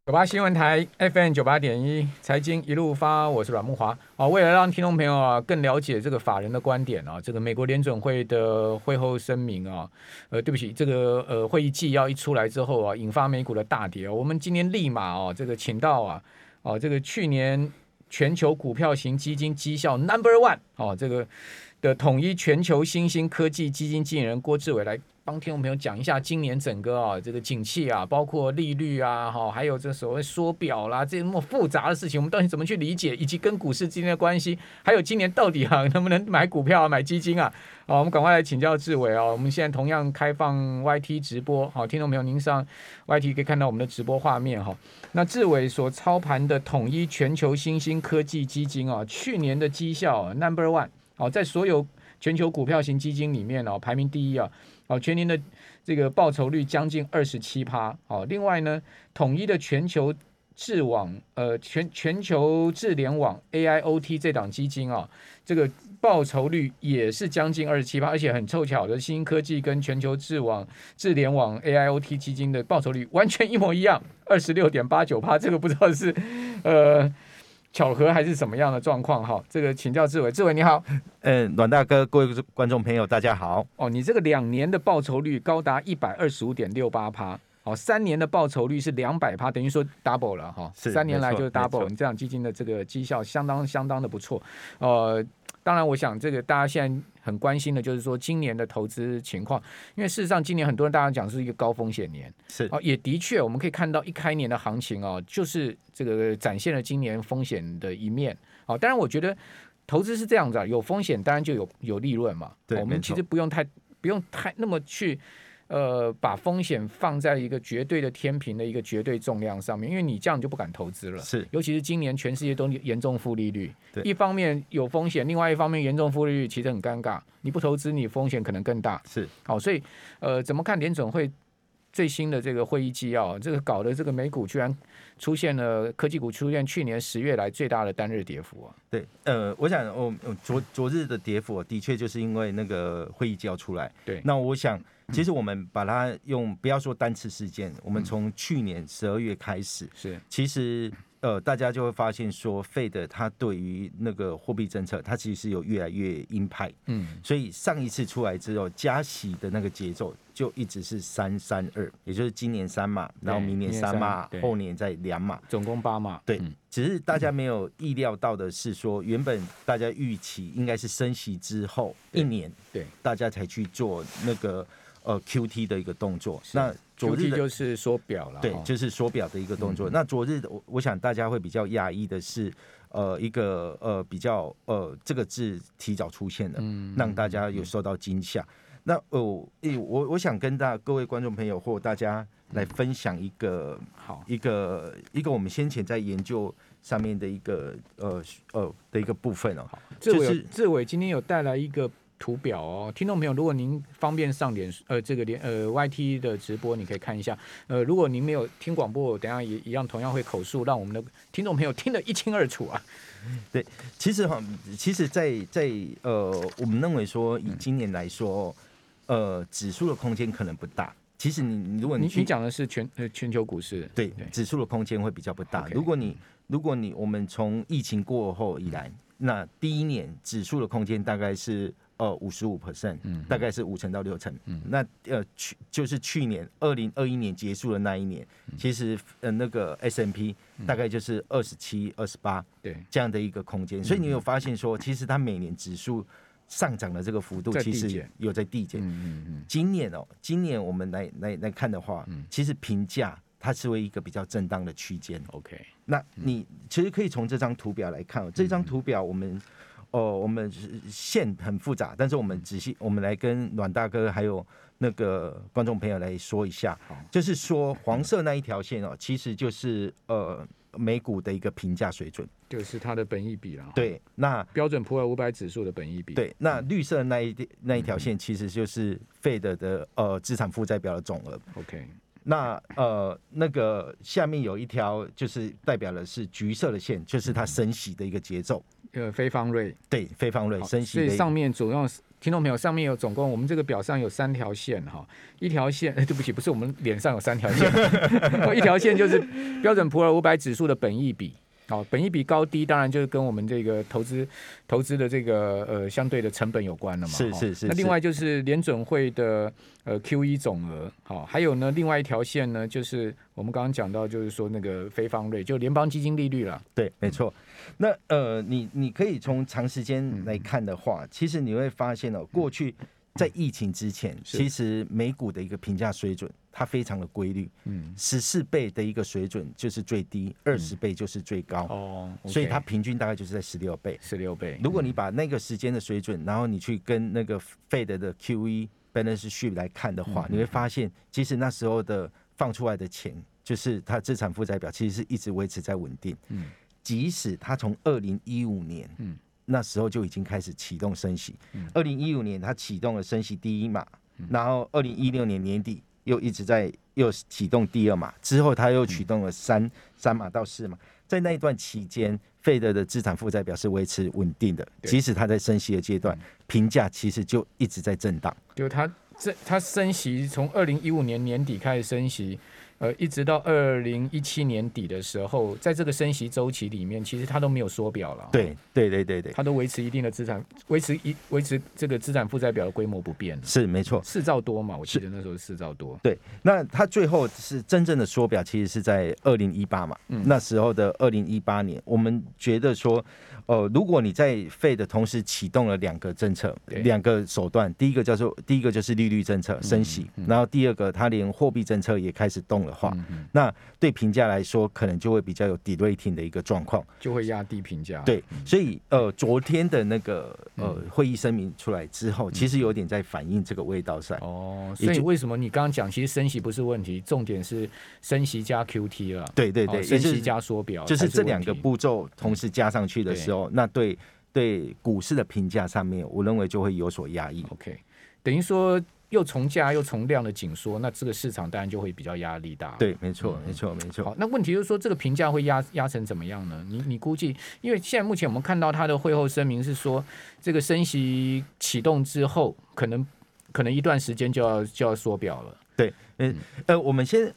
98新闻台 FM 98.1财经一路发，我是阮慕骅。为了让听众朋友更了解这个法人的观点这个美国联准会的会后声明对不起，这个会议纪要一出来之后引发美股的大跌。我们今天立马这个请到这个去年全球股票型基金绩效 No.1 这个的统一全球新兴科技基金经理人郭志伟来帮听众朋友讲一下今年整个这个景气包括利率还有这所谓缩表啦，这么复杂的事情，我们到底怎么去理解，以及跟股市之间的关系，还有今年到底能不能买股票买基金我们赶快来请教志伟我们现在同样开放 YT 直播听众朋友您上 YT 可以看到我们的直播画面那志伟所操盘的统一全球新兴科技基金去年的绩效 No.1在所有全球股票型基金里面排名第一全年的这个报酬率将近 27%另外呢，统一的全球智网全球智联网 AIoT 这档基金这个报酬率也是将近 27%， 而且很凑巧的新兴科技跟全球智联网 AIoT 基金的报酬率完全一模一样 26.89%， 这个不知道是巧合还是什么样的状况这个请教志伟。志伟你好。 阮大哥，各位观众朋友大家好。 你这个2年的报酬率高达 125.68%， 3年的报酬率是 200%， 等于说 double 了3年来就是 double， 你这样基金的这个绩效相当的不错。当然我想这个大家现在很关心的就是说今年的投资情况，因为事实上今年很多人大家讲是一个高风险年， 是也的确我们可以看到一开年的行情就是这个展现了今年风险的一面。当然我觉得投资是这样子有风险当然就有利润嘛，我们其实不用太那么去把风险放在一个绝对的天平的一个绝对重量上面，因为你这样就不敢投资了。 是， 尤其是今年全世界都严重负利率，一方面有风险，另外一方面严重负利率，其实很尴尬。你不投资，你风险可能更大。 是， 所以怎么看联准会最新的这个会议纪要，这个搞的这个美股居然出现了科技股出现去年10月来最大的单日跌幅对，我想昨日的跌幅的确就是因为那个会议纪要出来。 对， 那我想其实我们把它不要说单次事件，我们从去年12月开始， 是其实大家就会发现说 Fed 它对于那个货币政策它其实是有越来越鹰派，所以上一次出来之后加息的那个节奏就一直是3-3-2，也就是今年3码，然后明年3码，后年再2码， 总共8码。 对，只是大家没有意料到的是说，原本大家预期应该是升息之后1年，对，大家才去做那个QT 的一个动作。那昨日 QT 就是缩表了， 对，就是缩表的一个动作。那昨日我想大家会比较讶异的是，一个比较这个字提早出现了，让大家有受到惊吓。那我想跟各位观众朋友或大家来分享一个我们先前在研究上面的一个的一个部分志伟今天有带来一个图表听众朋友，如果您方便上这个YT 的直播，你可以看一下。如果您没有听广播，我等一下也一样，同样会口述，让我们的听众朋友听得一清二楚对，其实在我们认为说，以今年来说，指数的空间可能不大。其实如果你讲的是全球股市， 对，指数的空间会比较不大。如果我们从疫情过后以来，那第一年指数的空间大概是55%，大概是5成到6成。那就是去年2021年结束的那一年，其实那个 S&P 大概就是27、28这样的一个空间。所以你有发现说，其实它每年指数上涨的这个幅度其实有在递减。今年我们来看的话，其实评价它是为一个比较震荡的区间。 OK， 那你其实可以从这张图表来看，这张图表我们线很复杂，但是我们我们来跟阮大哥还有那个观众朋友来说一下，就是说黄色那一条线其实就是美股的一个评价水准， 就是它的本益比啦。 对，那标准普尔500指数的本益比。 对，那绿色那一条线其实就是 Fed 的资产负债表的总额。 OK。 那那个下面有一条就是代表的是橘色的线，就是它升息的一个节奏。 非方瑞， 对，非方瑞升息， 所以上面总共听众朋友上面有总共我们这个表上有3条线哈，一条线对不起，不是我们脸上有3条线，一条线就是标准普尔500指数的本益比。好，本益比高低当然就是跟我们这个投资的这个相对的成本有关了嘛。 是。 那另外就是联准会的QE 总额，好，还有呢另外一条线呢就是我们刚刚讲到就是说那个非方瑞，就联邦基金利率了。 对，没错。那你可以从长时间来看的话，其实你会发现过去在疫情之前，其实美股的一个评价水准它非常的规律，14倍的一个水准就是最低，20倍就是最高，所以它平均大概就是在16倍。如果你把那个时间的水准，然后你去跟那个 Fed 的 QE balance sheet 来看的话，你会发现其实那时候的放出来的钱，就是它资产负债表其实是一直维持在稳定，即使它从2015年那时候就已经开始启动升息，2015年它启动了升息第1码，然后2016年年底又启动第2码，之后它又启动了3码到4码，在那一段期间，Fed 的资产负债表是维持稳定的，即使它在升息的阶段，评价其实就一直在震荡。 就它升息从2015年年底开始升息。一直到2017年底的时候，在这个升息周期里面，其实它都没有缩表了。 对， 它都维持一定的资产，维持这个资产负债表的规模不变。 是没错 ，4兆多嘛，我记得那时候是4兆多。 对，那它最后是真正的缩表，其实是在2018嘛，那时候的2018年，我们觉得说，如果你在 Fed 同时启动了2个政策，2个手段，第一个就是利率政策升息，然后第2个它连货币政策也开始动了。那对评价来说，可能就会比较有 de-rating 的一个状况， 就会压低评价。 对，所以昨天的那个会议声明出来之后，其实有点在反映这个味道上。 所以为什么你刚刚讲，其实升息不是问题，重点是升息加 QT 了。 对， 升息加缩表， 就是这2个步骤同时加上去的时候，那对股市的评价上面，我认为就会有所压抑。 OK， 等于说。又从价又从量的紧缩，那这个市场当然就会比较压力大。 对，没错。 好，那问题就是说，这个评价会压成怎么样呢？你估计，因为现在目前我们看到它的会后声明是说，这个升息启动之后，可能一段时间就要缩表了。 对，我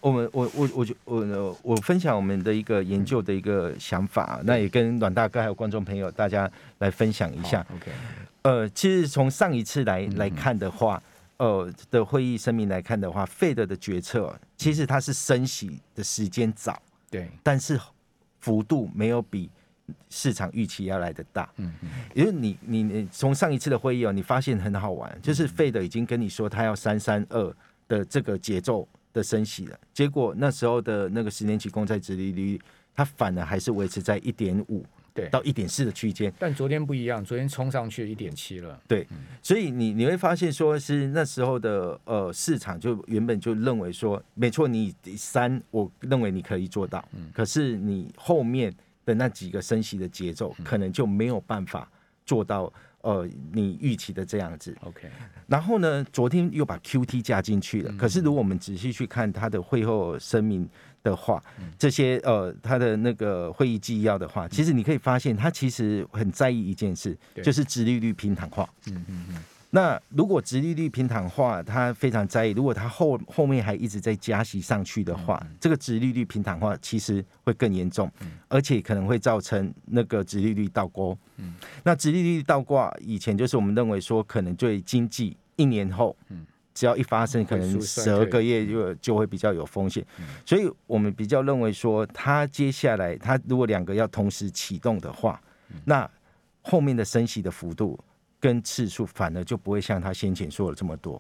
分享我们的一个研究的一个想法，那也跟阮大哥还有观众朋友大家来分享一下。 OK， 其实从上一次来看的话。的会议声明来看的话 ，Fed 的决策其实它是升息的时间早， 对， 但是幅度没有比市场预期要来的大。因为你从上一次的会议你发现很好玩，就是 Fed 已经跟你说它要3.32的这个节奏的升息了，结果那时候的那个10年期公债殖利率，它反而还是维持在1.5。 对， 到1.4的区间， 但昨天不一样，昨天冲上去1.7了。 对，所以你会发现说是那时候的市场就原本就认为说，没错，你3我认为你可以做到，可是你后面的那几个升息的节奏，可能就没有办法做到你预期的这样子。 OK， 然后呢，昨天又把 QT 加进去了，可是如果我们仔细去看它的会后声明的话，这些他的那个会议纪要的话，其实你可以发现他其实很在意一件事，就是殖利率平坦化。那如果殖利率平坦化，他非常在意，如果他后面还一直在加息上去的话，这个殖利率平坦化其实会更严重，而且可能会造成那个殖利率倒钩。那殖利率倒挂以前就是我们认为说，可能对经济1年后。只要一发生，可能12个月就会比较有风险，所以我们比较认为说，它接下来它如果2个要同时启动的话，那后面的升息的幅度跟次数反而就不会像他先前说的这么多。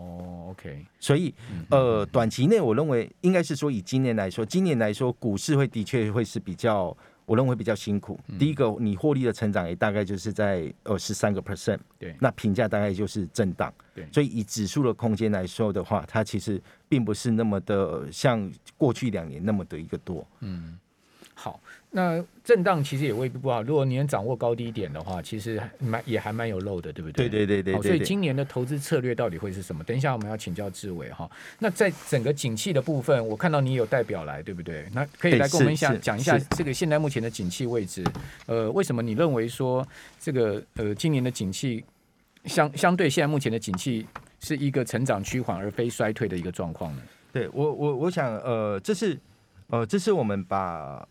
OK， 所以短期内我认为应该是说以今年来说，股市的确会是比较。我认为比较辛苦。第一个，你获利的成长也大概就是在13%， 对， 那评价大概就是震荡， 对， 所以以指数的空间来说的话，它其实并不是那么的像过去2年那么的一个多。 好，那震荡其实也未必不好。如果你能掌握高低点的话，其实也还蛮有漏的，对不对？ 对。 所以今年的投资策略到底会是什么？等一下我们要请教志伟哈。那在整个景气的部分，我看到你有代表来，对不对？那可以来跟我们讲一下这个现在目前的景气位置。为什么你认为说这个今年的景气相对现在目前的景气是一个成长趋缓而非衰退的一个状况呢？ 对我想这是我们把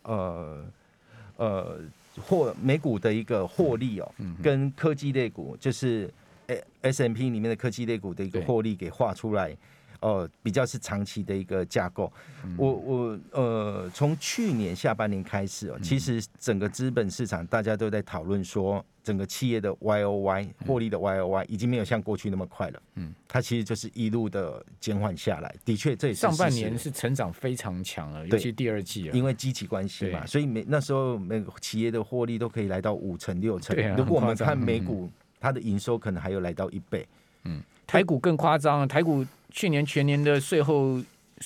美股的一个获利跟科技类股，就是 S&P 里面的科技类股的一个获利给画出来，比较是长期的一个架构。从去年下半年开始其实整个资本市场大家都在讨论说，整个企业的 YOY 获利的 YOY 已经没有像过去那么快了。它其实就是一路的减缓下来。的确，这也是上半年是成长非常强了，尤其第二季因为基期关系嘛，所以那时候每个企业的获利都可以来到5成6成。如果我们看美股，它的营收可能还有来到1倍。 台股更夸张，台股去年全年的税后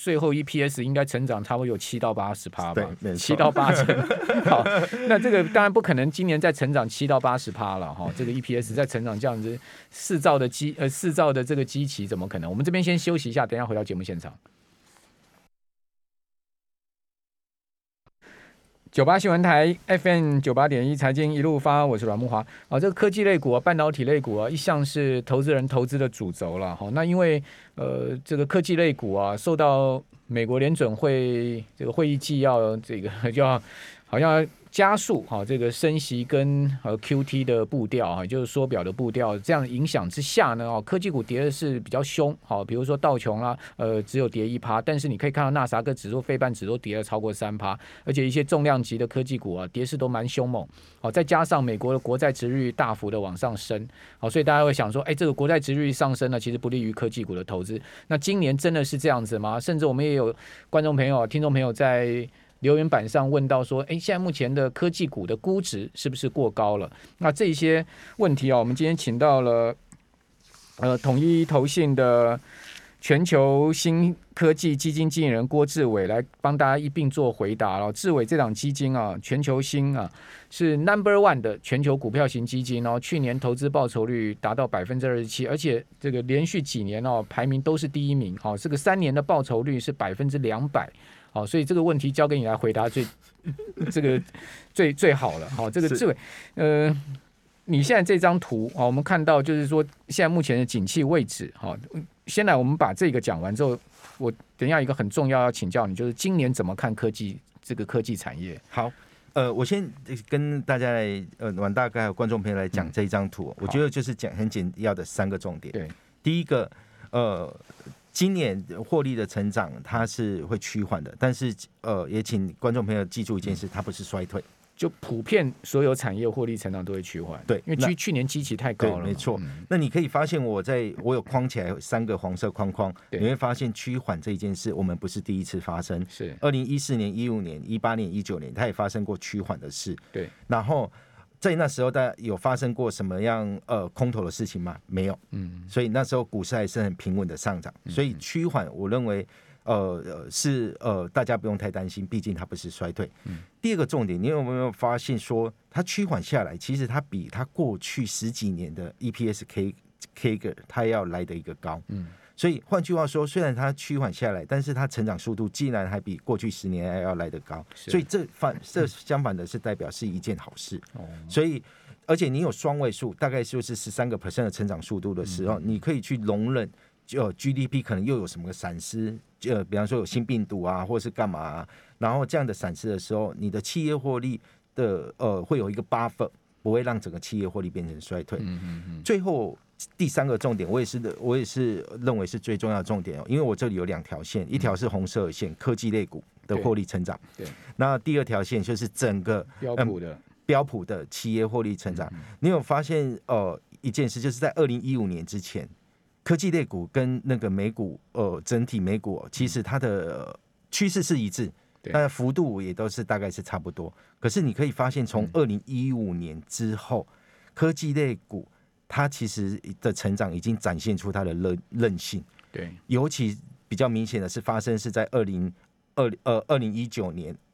EPS 应该成长差不多有7到80%吧，7到8成。好，那这个当然不可能今年再成长7到80%了哈，这个 EPS 再成长这样子4兆的这个基期怎么可能？我们这边先休息一下，等一下回到节目现场。98新闻台 FM 98.1财经一路发，我是阮慕骅。这个科技类股半导体类股一向是投资人投资的主轴了。那因为这个科技类股受到美国联准会这个会议纪要这个要好像加速这个升息跟QT 的步调就是缩表的步调，这样的影响之下呢科技股跌的是比较凶。比如说道琼啦只有跌 1%， 但是你可以看到纳斯达克指数、费半指都跌了超过 3%， 而且一些重量级的科技股跌势都蛮凶猛。再加上美国的国债殖利率大幅的往上升，所以大家会想说这个国债殖利率上升呢，其实不利于科技股的投资。那今年真的是这样子吗？甚至我们也有观众朋友、听众朋友在留言板上问到说，现在目前的科技股的估值是不是过高了？那这些问题我们今天请到了统一投信的全球新科技基金经理人郭志伟来帮大家一并做回答了。志伟这档基金全球新是 No.1 的全球股票型基金去年投资报酬率达到 27%， 而且这个连续几年排名都是第一名。这个3年的报酬率是 200%。所以这个问题交给你来回答最好了。这个志伟，你现在这张图我们看到就是说现在目前的景气位置先来我们把这个讲完之后，我等一下一个很重要要请教你，就是今年怎么看这个科技产业？ 好，我先跟大家来阮大哥还有观众朋友来讲这一张图，我觉得就是讲很简要的3个重点。 对， 第一个今年获利的成长它是会趋缓的，但是也请观众朋友记住一件事，它不是衰退。 就普遍所有产业获利成长都会趋缓， 对， 因为去年基期太高了， 没错。那你可以发现我有框起来3个黄色框框，你会发现趋缓这一件事我们不是第一次发生， 是 2014年、15年、18年、19年，它也发生过趋缓的事。 对， 然后在那时候，大家有发生过什么样空头的事情吗？没有。所以那时候股市还是很平稳的上涨。所以趋缓，我认为是大家不用太担心，毕竟它不是衰退。第二个重点，你有没有发现说，它趋缓下来，其实它比它过去10几年的 EPS CAGR 它要来的一个高。所以换句话说，虽然它趋缓下来，但是它成长速度竟然还比过去10年还要来得高，所以这相反的是代表是一件好事。所以而且你有双位数，大概就是13% 的成长速度的时候，你可以去容忍GDP 可能又有什么闪失，比方说有新病毒或是干嘛然后这样的闪失的时候，你的企业获利的会有一个 buffer， 不会让整个企业获利变成衰退。最后第3个重点，我也是认为是最重要的重点因为我这里有2条线，一条是红色的线，科技类股的获利成长，对，那第2条线就是整个标普的企业获利成长。你有发现一件事，就是在2015年之前，科技类股跟那个美股整体美股其实它的趋势是一致，但幅度也都是大概是差不多。可是你可以发现，从2015年之后，科技类股它其实的成长已经展现出它的韧性。对，尤其比较明显的是发生是在2019年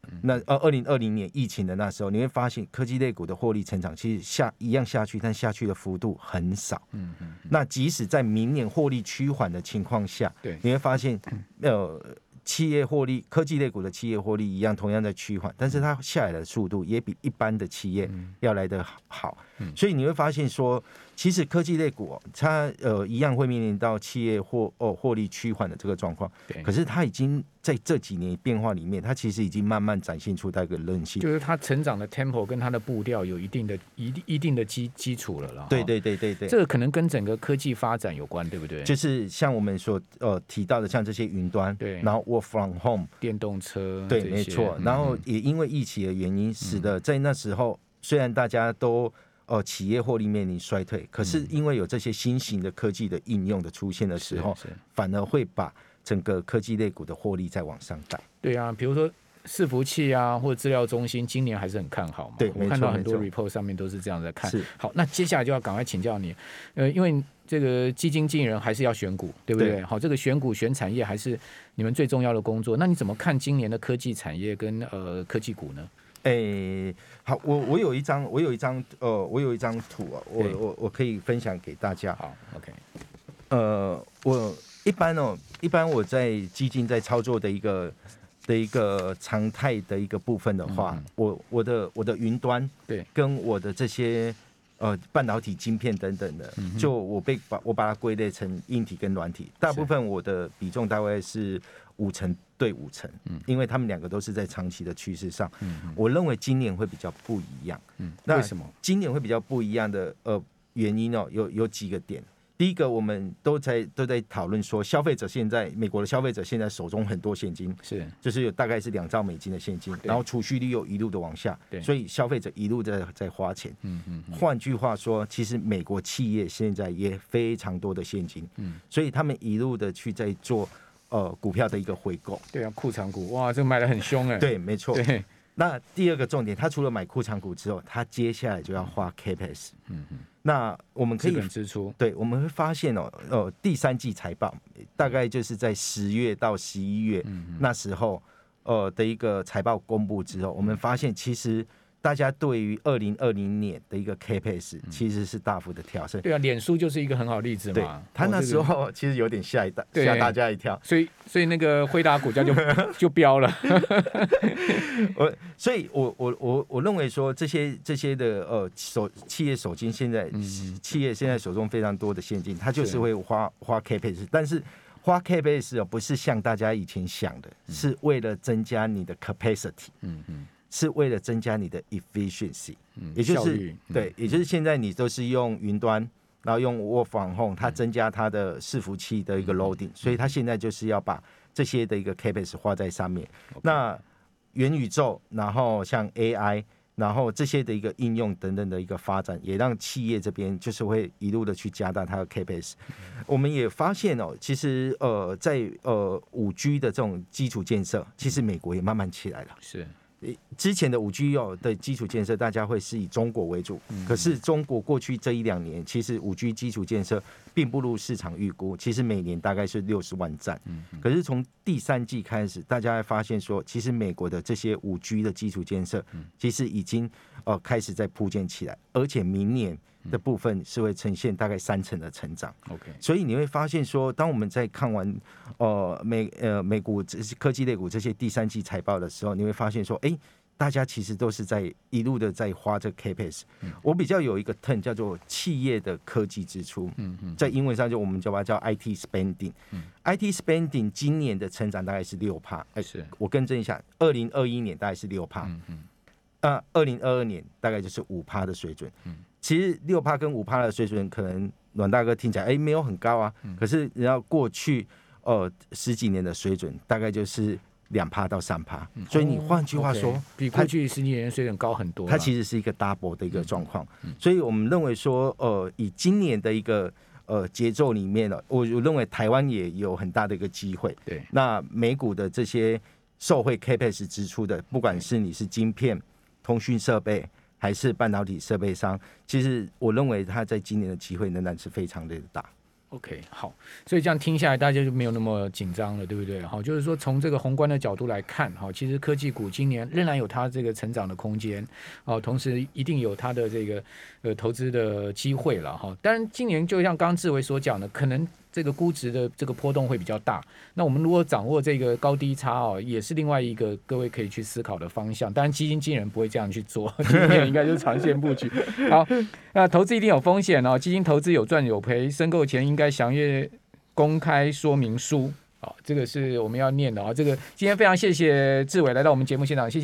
那2020年疫情的那时候，你会发现科技类股的获利成长其实一样下去，但下去的幅度很少。那即使在明年获利趋缓的情况下，你会发现企业获利，科技类股的企业获利一样，同样在趋缓，但是它下来的速度也比一般的企业要来得好。所以你会发现说，其实科技类股它一样会面临到企业获利趋缓的这个状况，可是它已经在这几年变化里面，它其实已经慢慢展现出它一个韧性， 就是它成长的 tempo 跟它的步调有一定的基础了啦。 对， 这个可能跟整个科技发展有关，对不对？ 就是像我们所提到的，像这些云端， 对， 然后 work from home， 电动车， 对，没错。然后也因为疫情的原因，使得在那时候虽然大家都企业获利面临衰退，可是因为有这些新型的科技的应用的出现的时候，反而会把整个科技类股的获利再往上带。 对啊，比如说伺服器啊，或者资料中心，今年还是很看好嘛。 对， 我看到很多 report 上面都是这样在看。好，那接下来就要赶快请教你，因为这个基金经理人还是要选股，对不对？好，这个选股选产业还是你们最重要的工作。那你怎么看今年的科技产业跟科技股呢？ 好，我有一张图啊，我可以分享给大家。 好 ，OK。 我一般我在基金在操作的一个常态的一个部分的话，我的云端对跟我的这些半导体晶片等等的，就我把它归类成硬体跟软体，大部分我的比重大概是50%对50%，因为他们两个都是在长期的趋势上。我认为今年会比较不一样。 为什么？ 今年会比较不一样的原因有几个点。第一个，我们都在讨论说，美国的消费者现在手中很多现金，就是大概是2兆美金的现金，然后储蓄率又一路的往下，所以消费者一路在花钱。换句话说，其实美国企业现在也非常多的现金，所以他们一路的去在做股票的一个回购。 对啊，库藏股，哇，这个买得很凶哎。 对，没错。 对。 那第二个重点，他除了买库藏股之后，他接下来就要花 Capex。那我们可以资本支出， 对，我们会发现第3季财报大概就是在10月到11月那时候的一个财报公布之后，我们发现其实大家对于2020年的一个 Capex 其实是大幅的跳升。 对啊，脸书就是一一个很好的例子嘛。 对，他那时候其实有点吓大家一跳， 所以那个辉达股价就飙了。 所以我认为说这些的企业手金现在企业现在手中非常多的现金，它就是会花 Capex， 但是花 Capex 不是像大家以前想的，是为了增加你的 capacity。是为了增加你的 efficiency，也就是对，也就是现在你都是用云端，然后用 work from home， 它增加它的伺服器的一个 loading，所以它现在就是要把这些的一个 capex 花在上面。那元宇宙，然后像 AI， 然后这些的一个应用等等的一个发展，也让企业这边就是会一路的去加大它的 capex。我们也发现其实在5G 的这种基础建设，其实美国也慢慢起来了。 是。 之前的5G 的基础建设，大家会是以中国为主，可是中国过去这1-2年，其实5G 基础建设并不如市场预估，其实每年大概是60万站。可是从第3季开始，大家会发现说，其实美国的这些5G 的基础建设，其实已经开始在铺建起来，而且明年的部分是会呈现大概30%的成长。所以你会发现说，当我们在看完美股科技类股这些第3季财报的时候，你会发现说，大家其实都是在一路的在花这个 Capex。我比较有一个 term 叫做企业的科技支出，在英文上我们就把它叫 IT spending。IT spending 今年的成长大概是6%。我更正一下，2021年大概是6%。2022年大概就是5%的水准。其实6%跟5%的水准，可能阮大哥听起来没有很高啊，可是人家过去10几年的水准，大概就是2%到3%。所以你换句话说， 比过去10几年的水准高很多。 它其实是一个 double 的一个状况。所以我们认为说，以今年的一个节奏里面呢，我认为台湾也有很大的一个机会。 对， 那美股的这些受惠 Capex 支出的，不管是你是晶片、通讯设备还是半导体设备商，其实我认为它在今年的机会仍然是非常的大。 OK， 好，所以这样听下来，大家就没有那么紧张了，对不对？好，就是说从这个宏观的角度来看，好，其实科技股今年仍然有它这个成长的空间，哦，同时一定有它的这个投资的机会了哈。当然，今年就像刚刚志伟所讲的，可能这个估值的这个波动会比较大。那我们如果掌握这个高低差哦，也是另外一个各位可以去思考的方向。当然，基金经理人不会这样去做，基金经理人应该就是长线布局。好，那投资一定有风险哦，基金投资有赚有赔，申购前应该详阅公开说明书。好，这个是我们要念的啊。这个今天非常谢谢志伟来到我们节目现场，谢谢。